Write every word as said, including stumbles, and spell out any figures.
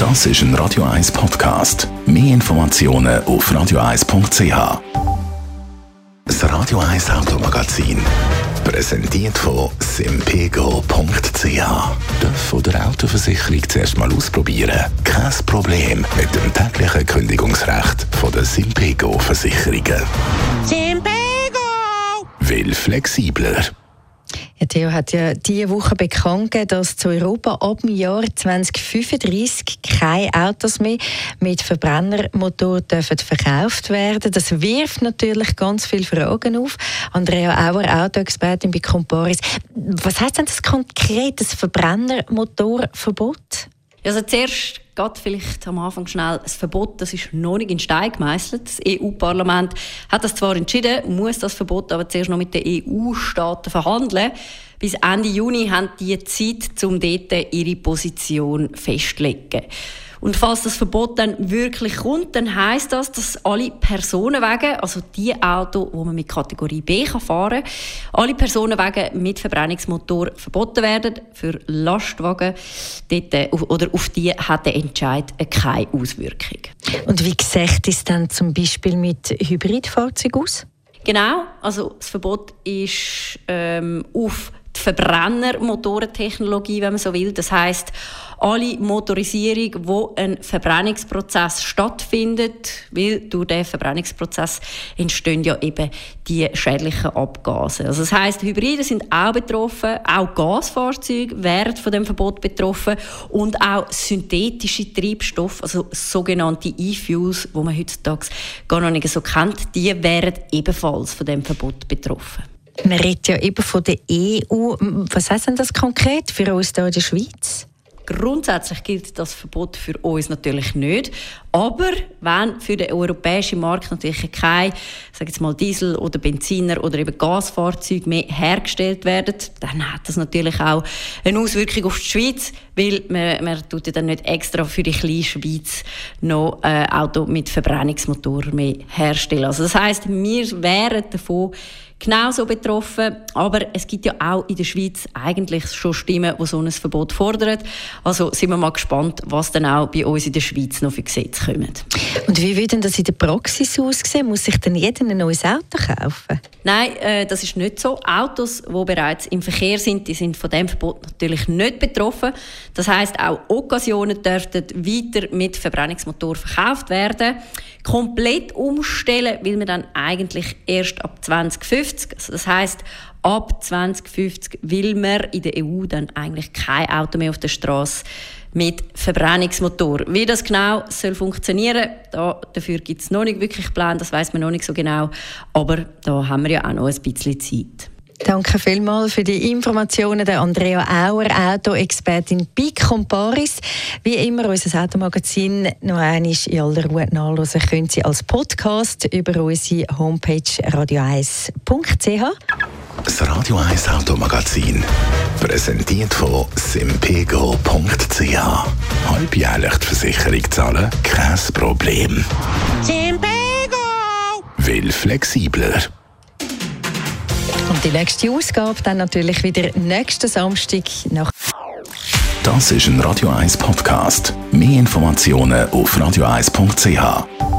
Das ist ein Radio eins Podcast. Mehr Informationen auf radio eins punkt c h. Das Radio eins Automagazin, präsentiert von simpego punkt c h. Darf oder Autoversicherung zuerst mal ausprobieren? Kein Problem mit dem täglichen Kündigungsrecht von der Simpego Versicherungen. Simpego! Will flexibler. Ja, Theo hat ja diese Woche bekannt gegeben, dass zu Europa ab dem Jahr zwanzig fünfunddreißig keine Autos mehr mit Verbrennermotor dürfen verkauft werden. Das wirft natürlich ganz viele Fragen auf. Andrea Auer, Autoexpertin bei Comparis. Was heisst denn das konkret, das Verbrennermotorverbot? Also zuerst geht vielleicht am Anfang schnell das Verbot, das ist noch nicht in Stein gemeißelt. Das E U-Parlament hat das zwar entschieden, muss das Verbot aber zuerst noch mit den E U-Staaten verhandeln. Bis Ende Juni haben die Zeit, um dort ihre Position festzulegen. Und falls das Verbot dann wirklich kommt, dann heisst das, dass alle Personenwagen, also die Autos, die man mit Kategorie B fahren kann, alle Personenwagen mit Verbrennungsmotor verboten werden. Für Lastwagen dort, oder auf die hat der Entscheid keine Auswirkung. Und wie sieht es dann zum Beispiel mit Hybridfahrzeugen aus? Genau, also das Verbot ist ähm, auf die Verbrennermotorentechnologie, wenn man so will. Das heisst, alle Motorisierung, wo ein Verbrennungsprozess stattfindet, weil durch diesen Verbrennungsprozess entstehen ja eben die schädlichen Abgase. Also das heisst, Hybride sind auch betroffen, auch Gasfahrzeuge werden von dem Verbot betroffen und auch synthetische Treibstoffe, also sogenannte E-Fuels, die man heutzutage gar noch nicht so kennt, die werden ebenfalls von dem Verbot betroffen. Man redet ja eben von der E U. Was heisst denn das konkret für uns hier in der Schweiz? Grundsätzlich gilt das Verbot für uns natürlich nicht. Aber wenn für den europäischen Markt natürlich keine, sag jetzt mal Diesel- oder Benziner- oder eben Gasfahrzeuge mehr hergestellt werden, dann hat das natürlich auch eine Auswirkung auf die Schweiz, weil man, man tut ja dann nicht extra für die kleine Schweiz noch ein Auto mit Verbrennungsmotor mehr herstellen. Also das heisst, wir wären davon genauso betroffen, aber es gibt ja auch in der Schweiz eigentlich schon Stimmen, die so ein Verbot fordern. Also sind wir mal gespannt, was dann auch bei uns in der Schweiz noch für Gesetze kommen. Und wie würde denn das in der Praxis aussehen? Muss sich denn jeder ein neues Auto kaufen? Nein, äh, das ist nicht so. Autos, die bereits im Verkehr sind, die sind von dem Verbot natürlich nicht betroffen. Das heisst, auch Occasionen dürften weiter mit Verbrennungsmotor verkauft werden. Komplett umstellen will man dann eigentlich erst ab zwanzig fünfzig. Also das heisst, ab zwanzig fünfzig will man in der E U dann eigentlich kein Auto mehr auf der Straße mit Verbrennungsmotor. Wie das genau soll funktionieren, da, dafür gibt es noch nicht wirklich Pläne, das weiss man noch nicht so genau. Aber da haben wir ja auch noch ein bisschen Zeit. Danke vielmals für die Informationen, der Andrea Auer, Autoexpertin bei Comparis. Wie immer, unser Automagazin noch einmal in aller Ruhe nachhören können Sie als Podcast über unsere Homepage radio eins punkt c h. Das Radio eins Automagazin, präsentiert von simpego punkt c h. Halbjährlich die Versicherung zahlen? Kein Problem. Simpego! Will flexibler. Und die nächste Ausgabe dann natürlich wieder nächsten Samstag nach. Das ist ein Radio eins Podcast. Mehr Informationen auf radio eins punkt c h.